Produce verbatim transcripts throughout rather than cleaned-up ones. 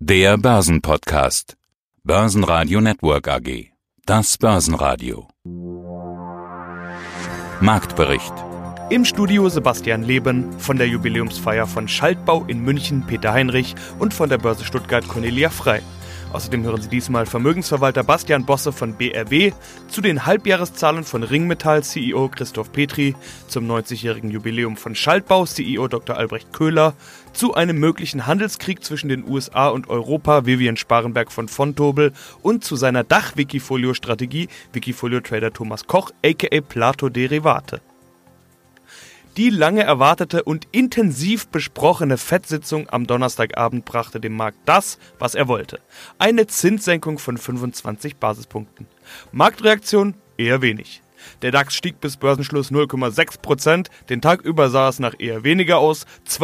Der Börsenpodcast. Börsenradio Network A G. Das Börsenradio. Marktbericht. Im Studio Sebastian Leben, von der Jubiläumsfeier von Schaltbau in München Peter Heinrich und von der Börse Stuttgart Cornelia Frey. Außerdem hören Sie diesmal Vermögensverwalter Bastian Bosse von B R W, zu den Halbjahreszahlen von Ringmetall C E O Christoph Petri, zum neunzigjährigen Jubiläum von Schaltbau C E O Doktor Albrecht Köhler, zu einem möglichen Handelskrieg zwischen den U S A und Europa Vivian Sparenberg von Vontobel und zu seiner Dach-Wikifolio-Strategie Wikifolio-Trader Thomas Koch aka Plato Derivate. Die lange erwartete und intensiv besprochene F E D-Sitzung am Donnerstagabend brachte dem Markt das, was er wollte. Eine Zinssenkung von fünfundzwanzig Basispunkten. Marktreaktion eher wenig. Der DAX stieg bis Börsenschluss null Komma sechs Prozent, den Tag über sah es nach eher weniger aus,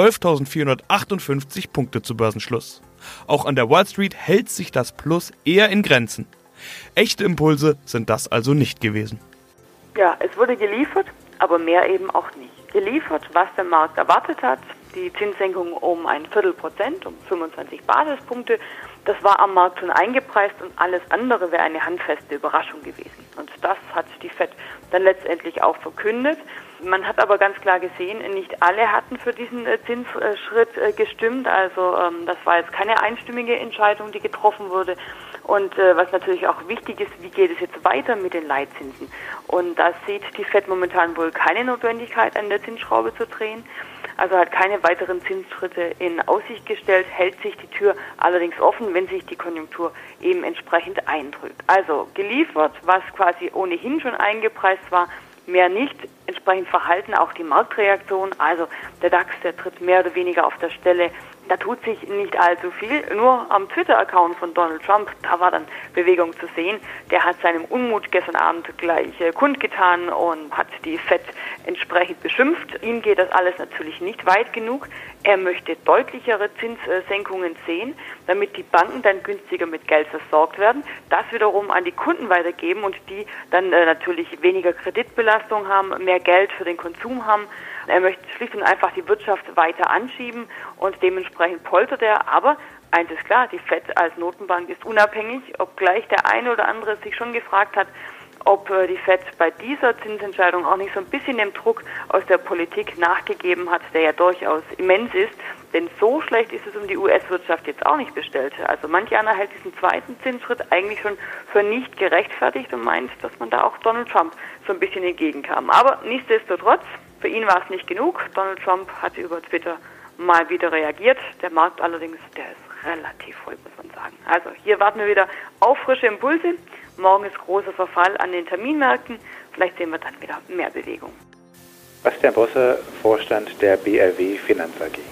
zwölftausendvierhundertachtundfünfzig Punkte zu Börsenschluss. Auch an der Wall Street hält sich das Plus eher in Grenzen. Echte Impulse sind das also nicht gewesen. Ja, es wurde geliefert, aber mehr eben auch nicht. Geliefert, was der Markt erwartet hat, die Zinssenkung um ein Viertel Prozent, um fünfundzwanzig Basispunkte, das war am Markt schon eingepreist und alles andere wäre eine handfeste Überraschung gewesen. Und das hat die F E D dann letztendlich auch verkündet. Man hat aber ganz klar gesehen, nicht alle hatten für diesen Zinsschritt gestimmt. Also das war jetzt keine einstimmige Entscheidung, die getroffen wurde. Und äh, was natürlich auch wichtig ist, wie geht es jetzt weiter mit den Leitzinsen? Und da sieht die F E D momentan wohl keine Notwendigkeit, an der Zinsschraube zu drehen. Also hat keine weiteren Zinsschritte in Aussicht gestellt, hält sich die Tür allerdings offen, wenn sich die Konjunktur eben entsprechend eindrückt. Also geliefert, was quasi ohnehin schon eingepreist war, mehr nicht. Entsprechend verhalten auch die Marktreaktion. Also der DAX, der tritt mehr oder weniger auf der Stelle. Da tut sich nicht allzu viel. Nur am Twitter-Account von Donald Trump, da war dann Bewegung zu sehen. Der hat seinem Unmut gestern Abend gleich äh, kundgetan und hat die F E D entsprechend beschimpft. Ihm geht das alles natürlich nicht weit genug. Er möchte deutlichere Zinssenkungen sehen, damit die Banken dann günstiger mit Geld versorgt werden. Das wiederum an die Kunden weitergeben und die dann äh, natürlich weniger Kreditbelastung haben, mehr Geld für den Konsum haben. Er möchte schlicht und einfach die Wirtschaft weiter anschieben und dementsprechend poltert er. Aber eins ist klar, die F E D als Notenbank ist unabhängig, obgleich der eine oder andere sich schon gefragt hat, ob die F E D bei dieser Zinsentscheidung auch nicht so ein bisschen dem Druck aus der Politik nachgegeben hat, der ja durchaus immens ist. Denn so schlecht ist es um die U S-Wirtschaft jetzt auch nicht bestellt. Also manch einer hält diesen zweiten Zinsschritt eigentlich schon für nicht gerechtfertigt und meint, dass man da auch Donald Trump so ein bisschen entgegenkam. Aber nichtsdestotrotz, für ihn war es nicht genug. Donald Trump hat über Twitter mal wieder reagiert. Der Markt allerdings, der ist relativ voll, muss man sagen. Also hier warten wir wieder auf frische Impulse. Morgen ist großer Verfall an den Terminmärkten. Vielleicht sehen wir dann wieder mehr Bewegung. Bastian Bosse, Vorstand der B R W Finanz A G.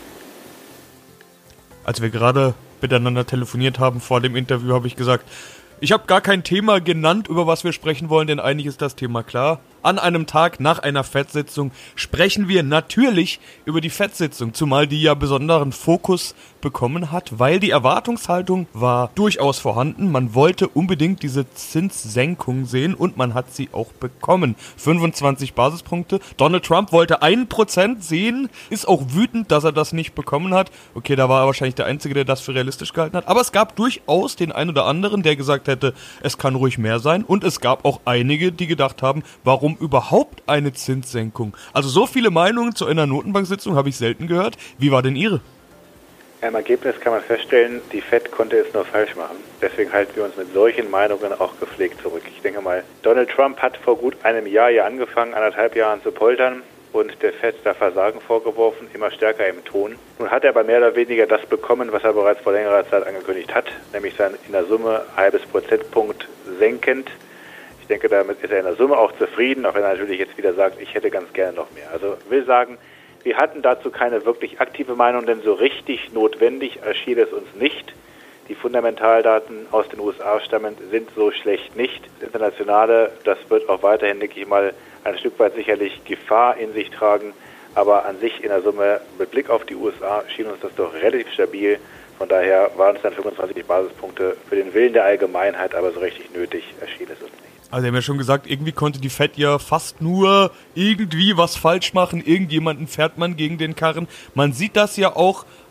Als wir gerade miteinander telefoniert haben vor dem Interview, habe ich gesagt, ich habe gar kein Thema genannt, über was wir sprechen wollen, denn eigentlich ist das Thema klar. An einem Tag nach einer F E D-Sitzung sprechen wir natürlich über die F E D-Sitzung, zumal die ja besonderen Fokus bekommen hat, weil die Erwartungshaltung war durchaus vorhanden. Man wollte unbedingt diese Zinssenkung sehen und man hat sie auch bekommen. fünfundzwanzig Basispunkte. Donald Trump wollte ein Prozent sehen, ist auch wütend, dass er das nicht bekommen hat. Okay, da war er wahrscheinlich der Einzige, der das für realistisch gehalten hat. Aber es gab durchaus den einen oder anderen, der gesagt hätte, es kann ruhig mehr sein. Und es gab auch einige, die gedacht haben, warum überhaupt eine Zinssenkung? Also so viele Meinungen zu einer Notenbank-Sitzung habe ich selten gehört. Wie war denn Ihre? Im Ergebnis kann man feststellen, die F E D konnte es nur falsch machen. Deswegen halten wir uns mit solchen Meinungen auch gepflegt zurück. Ich denke mal, Donald Trump hat vor gut einem Jahr hier angefangen, anderthalb Jahren zu poltern und der F E D da Versagen vorgeworfen, immer stärker im Ton. Nun hat er aber mehr oder weniger das bekommen, was er bereits vor längerer Zeit angekündigt hat, nämlich sein in der Summe halbes Prozentpunkt senkend. Ich denke, damit ist er in der Summe auch zufrieden, auch wenn er natürlich jetzt wieder sagt, ich hätte ganz gerne noch mehr. Also will sagen, wir hatten dazu keine wirklich aktive Meinung, denn so richtig notwendig erschien es uns nicht. Die Fundamentaldaten aus den U S A stammend sind so schlecht nicht. Das Internationale, das wird auch weiterhin, denke ich mal, ein Stück weit sicherlich Gefahr in sich tragen. Aber an sich in der Summe, mit Blick auf die U S A, schien uns das doch relativ stabil. Von daher waren es dann fünfundzwanzig Basispunkte für den Willen der Allgemeinheit, aber so richtig nötig erschien es uns nicht. Also, Sie haben ja schon gesagt, irgendwie konnte die F E D ja fast nur irgendwie was falsch machen. Irgendjemanden fährt man gegen den Karren. Man sieht das ja auch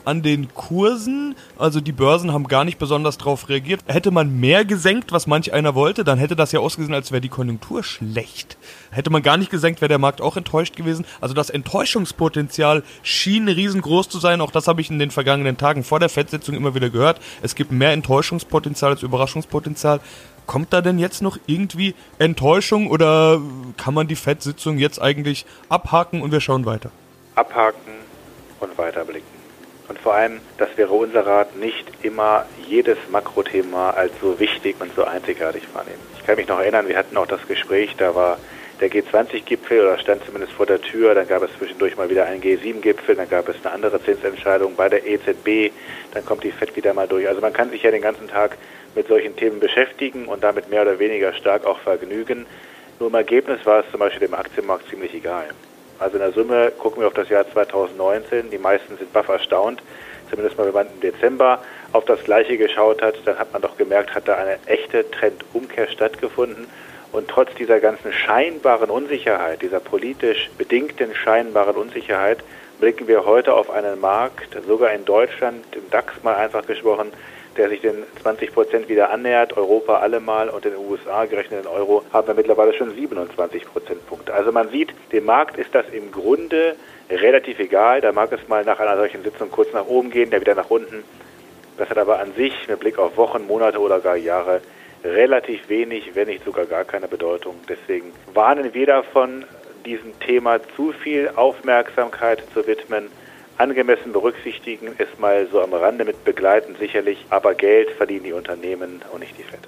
an den Kursen, also die Börsen haben gar nicht besonders darauf reagiert. Hätte man mehr gesenkt, was manch einer wollte, dann hätte das ja ausgesehen, als wäre die Konjunktur schlecht. Hätte man gar nicht gesenkt, wäre der Markt auch enttäuscht gewesen. Also das Enttäuschungspotenzial schien riesengroß zu sein. Auch das habe ich in den vergangenen Tagen vor der Fed-Sitzung immer wieder gehört. Es gibt mehr Enttäuschungspotenzial als Überraschungspotenzial. Kommt da denn jetzt noch irgendwie Enttäuschung oder kann man die Fed-Sitzung jetzt eigentlich abhaken und wir schauen weiter? Abhaken und weiterblicken. Und vor allem, das wäre unser Rat, nicht immer jedes Makrothema als so wichtig und so einzigartig wahrnehmen. Ich kann mich noch erinnern, wir hatten auch das Gespräch, da war der G zwanzig Gipfel oder stand zumindest vor der Tür, dann gab es zwischendurch mal wieder einen G sieben Gipfel, dann gab es eine andere Zinsentscheidung bei der E Z B, dann kommt die Fed wieder mal durch. Also man kann sich ja den ganzen Tag mit solchen Themen beschäftigen und damit mehr oder weniger stark auch vergnügen. Nur im Ergebnis war es zum Beispiel dem Aktienmarkt ziemlich egal. Also in der Summe gucken wir auf das Jahr zweitausendneunzehn. Die meisten sind baff erstaunt. Zumindest mal, wenn man im Dezember auf das Gleiche geschaut hat, dann hat man doch gemerkt, hat da eine echte Trendumkehr stattgefunden. Und trotz dieser ganzen scheinbaren Unsicherheit, dieser politisch bedingten scheinbaren Unsicherheit, blicken wir heute auf einen Markt, sogar in Deutschland, im DAX mal einfach gesprochen, der sich den zwanzig Prozent wieder annähert, Europa allemal und in den U S A gerechnet in Euro haben wir mittlerweile schon siebenundzwanzig Prozentpunkte. Also man sieht, dem Markt ist das im Grunde relativ egal. Da mag es mal nach einer solchen Sitzung kurz nach oben gehen, der wieder nach unten. Das hat aber an sich mit Blick auf Wochen, Monate oder gar Jahre relativ wenig, wenn nicht sogar gar keine Bedeutung. Deswegen warnen wir davon, diesem Thema zu viel Aufmerksamkeit zu widmen. Angemessen berücksichtigen, es mal so am Rande mit begleiten sicherlich, aber Geld verdienen die Unternehmen und nicht die Fed.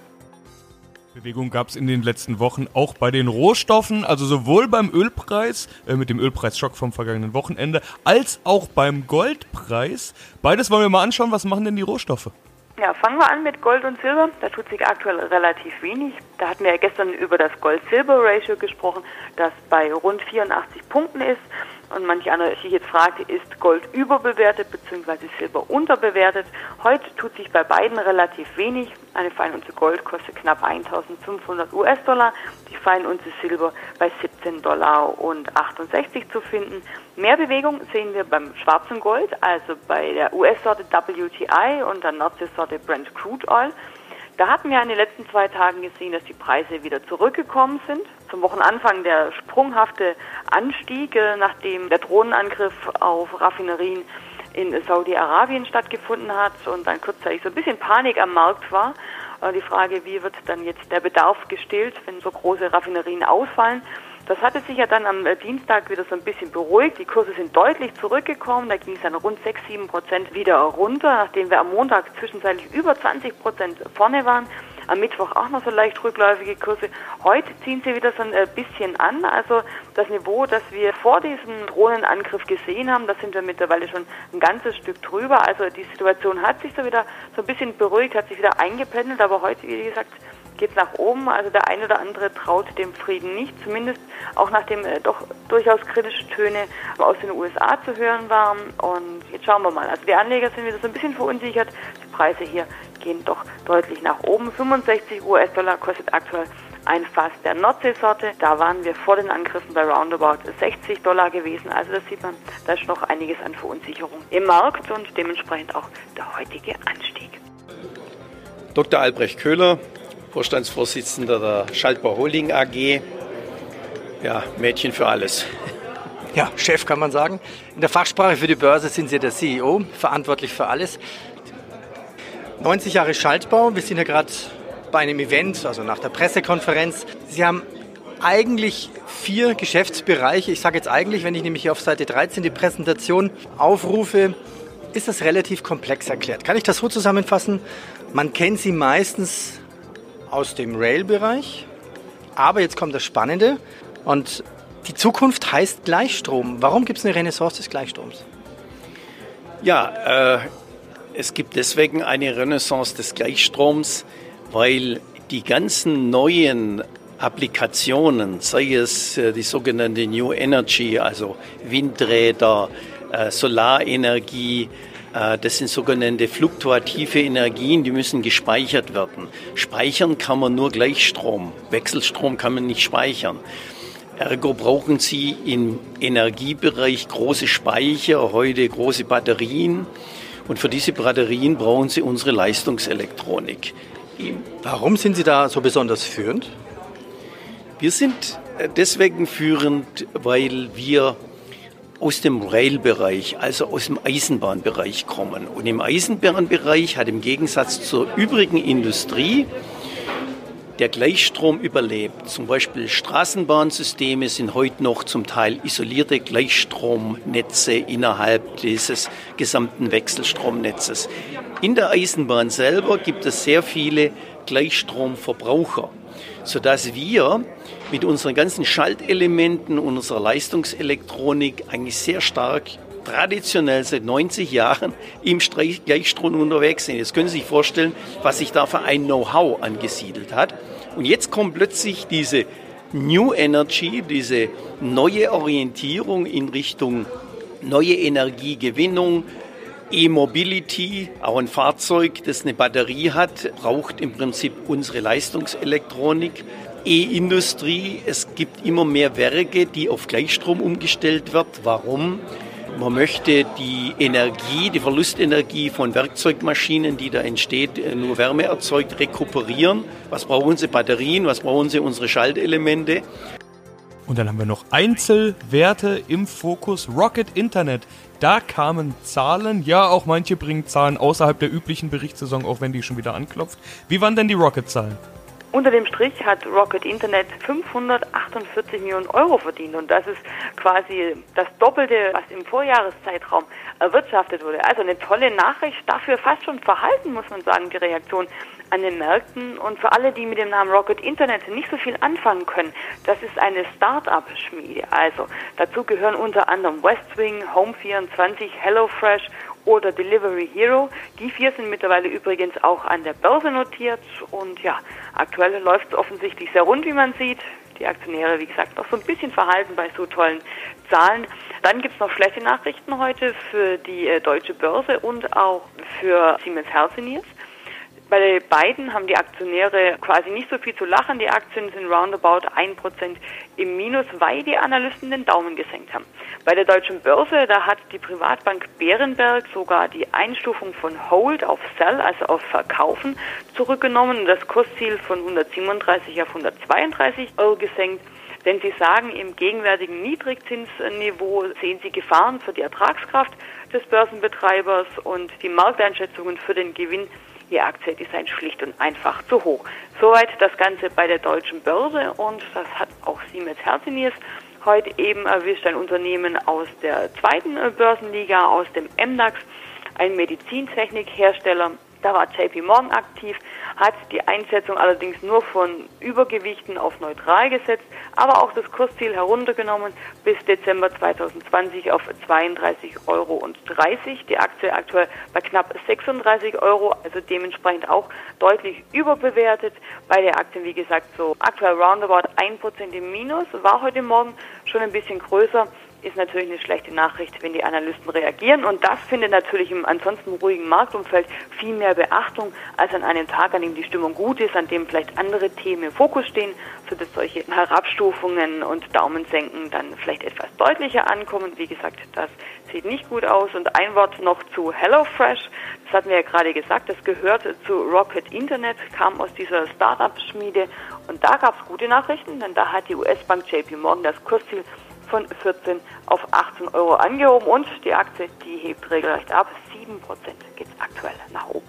Bewegung gab es in den letzten Wochen auch bei den Rohstoffen, also sowohl beim Ölpreis, äh, mit dem Ölpreisschock vom vergangenen Wochenende, als auch beim Goldpreis. Beides wollen wir mal anschauen, was machen denn die Rohstoffe? Ja, fangen wir an mit Gold und Silber. Da tut sich aktuell relativ wenig. Da hatten wir ja gestern über das Gold-Silber-Ratio gesprochen, das bei rund vierundachtzig Punkten ist. Und manch einer sich jetzt fragt, ist Gold überbewertet bzw. Silber unterbewertet? Heute tut sich bei beiden relativ wenig. Eine Feinunze Gold kostet knapp eintausendfünfhundert US-Dollar, die Feinunze Silber bei siebzehn Dollar und achtundsechzig zu finden. Mehr Bewegung sehen wir beim schwarzen Gold, also bei der U S-Sorte W T I und der Nordseesorte Brent Crude Oil. Da hatten wir in den letzten zwei Tagen gesehen, dass die Preise wieder zurückgekommen sind. Zum Wochenanfang der sprunghafte Anstieg, nachdem der Drohnenangriff auf Raffinerien in Saudi-Arabien stattgefunden hat und dann kurzzeitig so ein bisschen Panik am Markt war. Die Frage, wie wird dann jetzt der Bedarf gestillt, wenn so große Raffinerien ausfallen? Das hatte sich ja dann am Dienstag wieder so ein bisschen beruhigt. Die Kurse sind deutlich zurückgekommen. Da ging es dann rund sechs, sieben Prozent wieder runter, nachdem wir am Montag zwischenzeitlich über zwanzig Prozent vorne waren. Am Mittwoch auch noch so leicht rückläufige Kurse. Heute ziehen sie wieder so ein bisschen an. Also das Niveau, das wir vor diesem Drohnenangriff gesehen haben, da sind wir mittlerweile schon ein ganzes Stück drüber. Also die Situation hat sich so wieder so ein bisschen beruhigt, hat sich wieder eingependelt. Aber heute, wie gesagt, geht nach oben. Also der eine oder andere traut dem Frieden nicht, zumindest auch nachdem äh, doch durchaus kritische Töne aus den U S A zu hören waren. Und jetzt schauen wir mal. Also die Anleger sind wieder so ein bisschen verunsichert. Die Preise hier gehen doch deutlich nach oben. fünfundsechzig US-Dollar kostet aktuell ein Fass der Nordseesorte. Da waren wir vor den Angriffen bei roundabout sechzig Dollar gewesen. Also das sieht man, da ist noch einiges an Verunsicherung im Markt und dementsprechend auch der heutige Anstieg. Doktor Albrecht Köhler, Vorstandsvorsitzender der Schaltbau Holding A G. Ja, Mädchen für alles. Ja, Chef kann man sagen. In der Fachsprache für die Börse sind Sie der C E O, verantwortlich für alles. neunzig Jahre Schaltbau, wir sind ja gerade bei einem Event, also nach der Pressekonferenz. Sie haben eigentlich vier Geschäftsbereiche. Ich sage jetzt eigentlich, wenn ich nämlich hier auf Seite dreizehn die Präsentation aufrufe, ist das relativ komplex erklärt. Kann ich das so zusammenfassen? Man kennt sie meistens aus dem Rail-Bereich, aber jetzt kommt das Spannende und die Zukunft heißt Gleichstrom. Warum gibt es eine Renaissance des Gleichstroms? Ja, äh, es gibt deswegen eine Renaissance des Gleichstroms, weil die ganzen neuen Applikationen, sei es äh, die sogenannte New Energy, also Windräder, äh, Solarenergie, das sind sogenannte fluktuative Energien, die müssen gespeichert werden. Speichern kann man nur Gleichstrom. Wechselstrom kann man nicht speichern. Ergo brauchen Sie im Energiebereich große Speicher, heute große Batterien. Und für diese Batterien brauchen sie unsere Leistungselektronik. Warum sind Sie da so besonders führend? Wir sind deswegen führend, weil wir aus dem Rail-Bereich, also aus dem Eisenbahnbereich kommen. Und im Eisenbahnbereich hat im Gegensatz zur übrigen Industrie der Gleichstrom überlebt. Zum Beispiel Straßenbahnsysteme sind heute noch zum Teil isolierte Gleichstromnetze innerhalb dieses gesamten Wechselstromnetzes. In der Eisenbahn selber gibt es sehr viele Gleichstromverbraucher, sodass wir mit unseren ganzen Schaltelementen und unserer Leistungselektronik eigentlich sehr stark traditionell seit neunzig Jahren im Gleichstrom unterwegs sind. Jetzt können Sie sich vorstellen, was sich da für ein Know-how angesiedelt hat. Und jetzt kommt plötzlich diese New Energy, diese neue Orientierung in Richtung neue Energiegewinnung, E-Mobility. Auch ein Fahrzeug, das eine Batterie hat, braucht im Prinzip unsere Leistungselektronik. E-Industrie, es gibt immer mehr Werke, die auf Gleichstrom umgestellt wird. Warum? Man möchte die Energie, die Verlustenergie von Werkzeugmaschinen, die da entsteht, nur Wärme erzeugt, rekuperieren. Was brauchen sie? Batterien, was brauchen sie? Unsere Schaltelemente. Und dann haben wir noch Einzelwerte im Fokus. Rocket Internet. Da kamen Zahlen. Ja, auch manche bringen Zahlen außerhalb der üblichen Berichtssaison, auch wenn die schon wieder anklopft. Wie waren denn die Rocket-Zahlen? Unter dem Strich hat Rocket Internet fünfhundertachtundvierzig Millionen Euro verdient und das ist quasi das Doppelte, was im Vorjahreszeitraum erwirtschaftet wurde. Also eine tolle Nachricht, dafür fast schon verhalten, muss man sagen, die Reaktion an den Märkten. Und für alle, die mit dem Namen Rocket Internet nicht so viel anfangen können, das ist eine Start-up-Schmiede. Also dazu gehören unter anderem Westwing, Home vierundzwanzig, HelloFresh oder Delivery Hero. Die vier sind mittlerweile übrigens auch an der Börse notiert und ja, aktuell läuft es offensichtlich sehr rund, wie man sieht. Die Aktionäre, wie gesagt, noch so ein bisschen verhalten bei so tollen Zahlen. Dann gibt es noch schlechte Nachrichten heute für die äh, deutsche Börse und auch für Siemens Healthineers. Bei beiden haben die Aktionäre quasi nicht so viel zu lachen. Die Aktien sind roundabout ein Prozent im Minus, weil die Analysten den Daumen gesenkt haben. Bei der deutschen Börse, da hat die Privatbank Berenberg sogar die Einstufung von Hold auf Sell, also auf Verkaufen, zurückgenommen und das Kursziel von hundertsiebenunddreißig auf hundertzweiunddreißig Euro gesenkt. Denn sie sagen, im gegenwärtigen Niedrigzinsniveau sehen sie Gefahren für die Ertragskraft des Börsenbetreibers und die Markteinschätzungen für den Gewinn die Aktie, die seien schlicht und einfach zu hoch. Soweit das Ganze bei der deutschen Börse und das hat auch Siemens Healthineers heute eben erwischt, ein Unternehmen aus der zweiten Börsenliga, aus dem M DAX, ein Medizintechnikhersteller. Da war J P Morgan aktiv, hat die Einschätzung allerdings nur von Übergewichten auf neutral gesetzt, aber auch das Kursziel heruntergenommen bis Dezember zweitausendzwanzig auf zweiunddreißig Euro dreißig. Die Aktie aktuell bei knapp sechsunddreißig Euro, also dementsprechend auch deutlich überbewertet. Bei der Aktie, wie gesagt, so aktuell roundabout ein Prozent im Minus, war heute Morgen schon ein bisschen größer. Ist natürlich eine schlechte Nachricht, wenn die Analysten reagieren. Und das findet natürlich im ansonsten ruhigen Marktumfeld viel mehr Beachtung als an einem Tag, an dem die Stimmung gut ist, an dem vielleicht andere Themen im Fokus stehen, sodass solche Herabstufungen und Daumensenken dann vielleicht etwas deutlicher ankommen. Wie gesagt, das sieht nicht gut aus. Und ein Wort noch zu HelloFresh. Das hatten wir ja gerade gesagt, das gehört zu Rocket Internet, kam aus dieser Start-up-Schmiede. Und da gab es gute Nachrichten, denn da hat die U S-Bank J P Morgan das Kursziel von vierzehn auf achtzehn Euro angehoben und die Aktie, die hebt regelrecht ab. sieben Prozent geht es aktuell nach oben.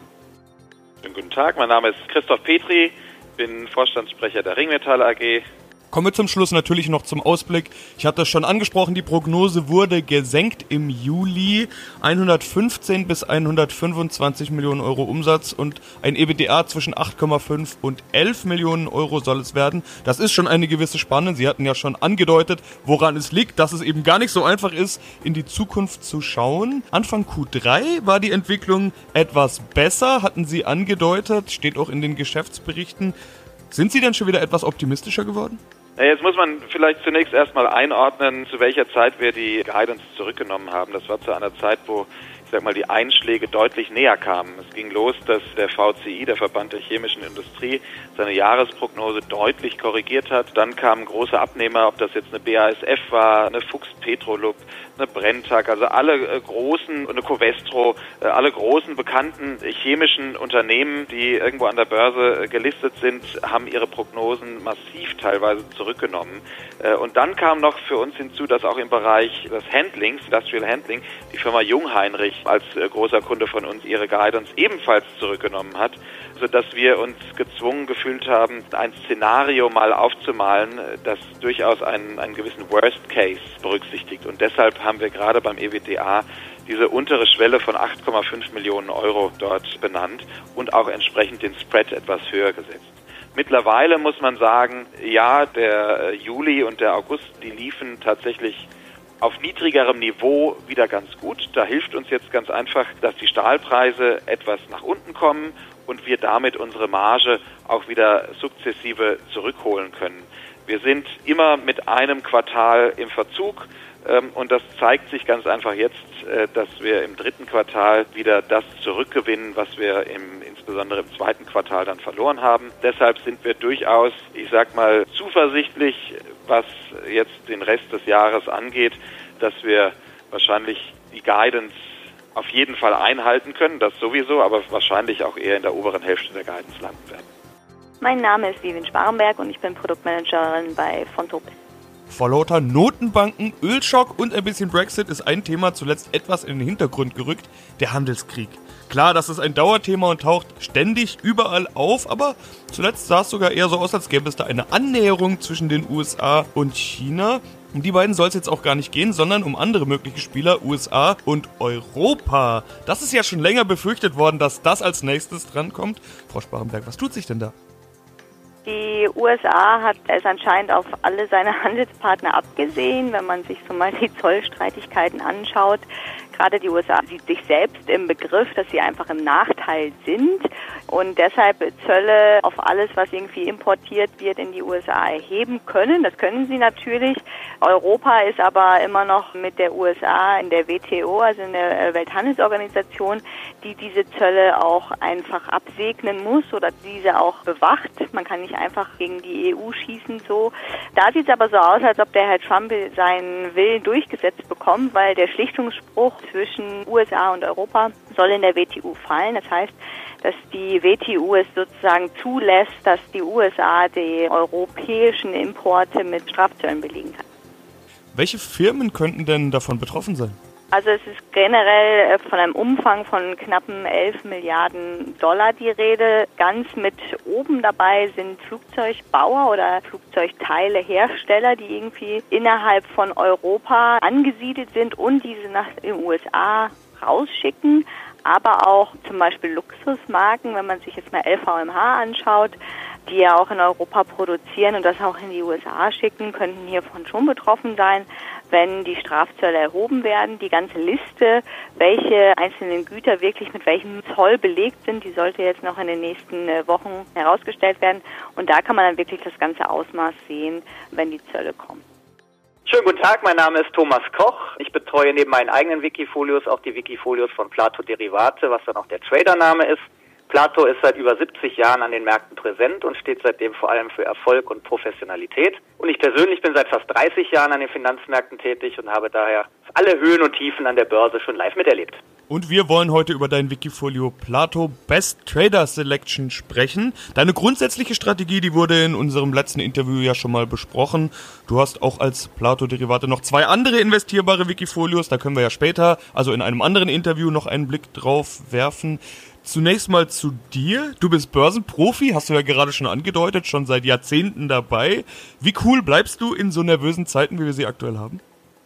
Guten Tag, mein Name ist Christoph Petri, bin Vorstandssprecher der Ringmetall A G. Kommen wir zum Schluss natürlich noch zum Ausblick. Ich hatte es schon angesprochen, die Prognose wurde gesenkt im Juli. hundertfünfzehn bis hundertfünfundzwanzig Millionen Euro Umsatz und ein EBITDA zwischen acht Komma fünf und elf Millionen Euro soll es werden. Das ist schon eine gewisse Spanne. Sie hatten ja schon angedeutet, woran es liegt, dass es eben gar nicht so einfach ist, in die Zukunft zu schauen. Anfang Q drei war die Entwicklung etwas besser, hatten Sie angedeutet, steht auch in den Geschäftsberichten. Sind Sie denn schon wieder etwas optimistischer geworden? Jetzt muss man vielleicht zunächst erstmal einordnen, zu welcher Zeit wir die Guidance zurückgenommen haben. Das war zu einer Zeit, wo ich sag mal, die Einschläge deutlich näher kamen. Es ging los, dass der V C I, der Verband der chemischen Industrie, seine Jahresprognose deutlich korrigiert hat. Dann kamen große Abnehmer, ob das jetzt eine B A S F war, eine Fuchs Petrolub, eine Brenntag, also alle äh, großen, eine Covestro, äh, alle großen bekannten chemischen Unternehmen, die irgendwo an der Börse äh, gelistet sind, haben ihre Prognosen massiv teilweise zurückgenommen. Äh, und dann kam noch für uns hinzu, dass auch im Bereich des Handlings, Industrial Handling, die Firma Jungheinrich als äh, großer Kunde von uns ihre Guidance ebenfalls zurückgenommen hat, sodass wir uns gezwungen gefühlt haben, ein Szenario mal aufzumalen, das durchaus einen, einen gewissen Worst Case berücksichtigt. Und deshalb haben wir gerade beim E W T A diese untere Schwelle von acht Komma fünf Millionen Euro dort benannt und auch entsprechend den Spread etwas höher gesetzt. Mittlerweile muss man sagen, ja, der Juli und der August, die liefen tatsächlich auf niedrigerem Niveau wieder ganz gut. Da hilft uns jetzt ganz einfach, dass die Stahlpreise etwas nach unten kommen und wir damit unsere Marge auch wieder sukzessive zurückholen können. Wir sind immer mit einem Quartal im Verzug ähm, und das zeigt sich ganz einfach jetzt, äh, dass wir im dritten Quartal wieder das zurückgewinnen, was wir im, insbesondere im zweiten Quartal dann verloren haben. Deshalb sind wir durchaus, ich sag mal, zuversichtlich, was jetzt den Rest des Jahres angeht, dass wir wahrscheinlich die Guidance auf jeden Fall einhalten können, das sowieso, aber wahrscheinlich auch eher in der oberen Hälfte der Guidance landen werden. Mein Name ist Vivian Sparenberg und ich bin Produktmanagerin bei Fontobel. Vor lauter Notenbanken, Ölschock und ein bisschen Brexit ist ein Thema zuletzt etwas in den Hintergrund gerückt, der Handelskrieg. Klar, das ist ein Dauerthema und taucht ständig überall auf, aber zuletzt sah es sogar eher so aus, als gäbe es da eine Annäherung zwischen den U S A und China. Um die beiden soll es jetzt auch gar nicht gehen, sondern um andere mögliche Spieler, U S A und Europa. Das ist ja schon länger befürchtet worden, dass das als nächstes drankommt. Frau Sparenberg, was tut sich denn da? Die U S A hat es anscheinend auf alle seine Handelspartner abgesehen, wenn man sich so mal die Zollstreitigkeiten anschaut. Gerade die U S A sieht sich selbst im Begriff, dass sie einfach im Nachteil sind und deshalb Zölle auf alles, was irgendwie importiert wird, in die U S A erheben können. Das können sie natürlich. Europa ist aber immer noch mit der U S A in der W T O, also in der Welthandelsorganisation, die diese Zölle auch einfach absegnen muss oder diese auch bewacht. Man kann nicht einfach gegen die E U schießen so. Da sieht es aber so aus, als ob der Herr Trump seinen Willen durchgesetzt bekommt, weil der Schlichtungsspruch zwischen U S A und Europa soll in der W T O fallen. Das heißt, dass die W T O es sozusagen zulässt, dass die U S A die europäischen Importe mit Strafzöllen belegen kann. Welche Firmen könnten denn davon betroffen sein? Also es ist generell von einem Umfang von knappen elf Milliarden Dollar die Rede. Ganz mit oben dabei sind Flugzeugbauer oder Flugzeugteilehersteller, die irgendwie innerhalb von Europa angesiedelt sind und diese nach den U S A rausschicken. Aber auch zum Beispiel Luxusmarken, wenn man sich jetzt mal L V M H anschaut, die ja auch in Europa produzieren und das auch in die U S A schicken, könnten hiervon schon betroffen sein, wenn die Strafzölle erhoben werden. Die ganze Liste, welche einzelnen Güter wirklich mit welchem Zoll belegt sind, die sollte jetzt noch in den nächsten Wochen herausgestellt werden. Und da kann man dann wirklich das ganze Ausmaß sehen, wenn die Zölle kommen. Schönen guten Tag, mein Name ist Thomas Koch. Ich betreue neben meinen eigenen Wikifolios auch die Wikifolios von Plato Derivate, was dann auch der Tradername ist. Plato ist seit über siebzig Jahren an den Märkten präsent und steht seitdem vor allem für Erfolg und Professionalität. Und ich persönlich bin seit fast dreißig Jahren an den Finanzmärkten tätig und habe daher alle Höhen und Tiefen an der Börse schon live miterlebt. Und wir wollen heute über dein Wikifolio Plato Best Trader Selection sprechen. Deine grundsätzliche Strategie, die wurde in unserem letzten Interview ja schon mal besprochen. Du hast auch als Plato-Derivate noch zwei andere investierbare Wikifolios. Da können wir ja später, also in einem anderen Interview, noch einen Blick drauf werfen. Zunächst mal zu dir. Du bist Börsenprofi, hast du ja gerade schon angedeutet, schon seit Jahrzehnten dabei. Wie cool bleibst du in so nervösen Zeiten, wie wir sie aktuell haben?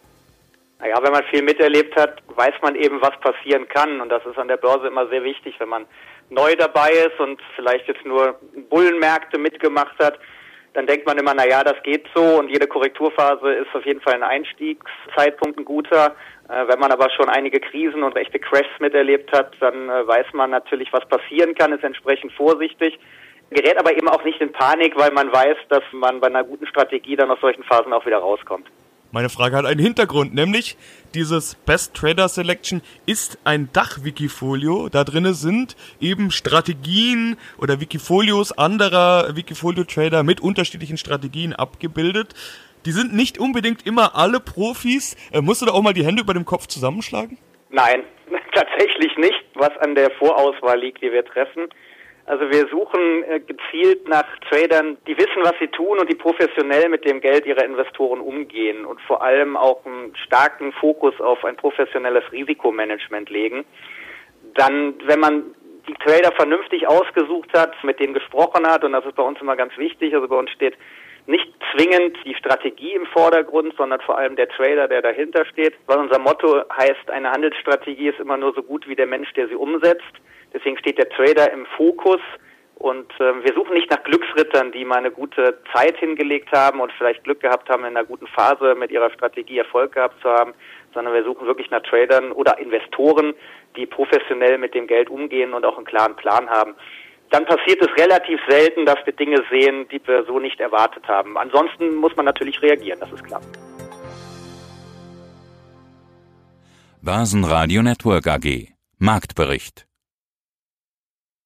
Naja, wenn man viel miterlebt hat, weiß man eben, was passieren kann. Und das ist an der Börse immer sehr wichtig, wenn man neu dabei ist und vielleicht jetzt nur Bullenmärkte mitgemacht hat. Dann denkt man immer, naja, das geht so und jede Korrekturphase ist auf jeden Fall ein Einstiegszeitpunkt ein guter. Äh, wenn man aber schon einige Krisen und echte Crashs miterlebt hat, dann äh, weiß man natürlich, was passieren kann, ist entsprechend vorsichtig. Gerät aber eben auch nicht in Panik, weil man weiß, dass man bei einer guten Strategie dann aus solchen Phasen auch wieder rauskommt. Meine Frage hat einen Hintergrund, nämlich dieses Best Trader Selection ist ein Dach-Wikifolio. Da drin sind eben Strategien oder Wikifolios anderer Wikifolio-Trader mit unterschiedlichen Strategien abgebildet. Die sind nicht unbedingt immer alle Profis. Äh, musst du da auch mal die Hände über dem Kopf zusammenschlagen? Nein, tatsächlich nicht, was an der Vorauswahl liegt, die wir treffen. Also wir suchen äh, gezielt nach Tradern, die wissen, was sie tun und die professionell mit dem Geld ihrer Investoren umgehen und vor allem auch einen starken Fokus auf ein professionelles Risikomanagement legen. Dann, wenn man die Trader vernünftig ausgesucht hat, mit denen gesprochen hat, und das ist bei uns immer ganz wichtig, also bei uns steht nicht zwingend die Strategie im Vordergrund, sondern vor allem der Trader, der dahinter steht. Weil unser Motto heißt, eine Handelsstrategie ist immer nur so gut wie der Mensch, der sie umsetzt. Deswegen steht der Trader im Fokus und äh, wir suchen nicht nach Glücksrittern, die mal eine gute Zeit hingelegt haben und vielleicht Glück gehabt haben, in einer guten Phase mit ihrer Strategie Erfolg gehabt zu haben, sondern wir suchen wirklich nach Tradern oder Investoren, die professionell mit dem Geld umgehen und auch einen klaren Plan haben. Dann passiert es relativ selten, dass wir Dinge sehen, die wir so nicht erwartet haben. Ansonsten muss man natürlich reagieren, das ist klar. Börsenradio Network A G Marktbericht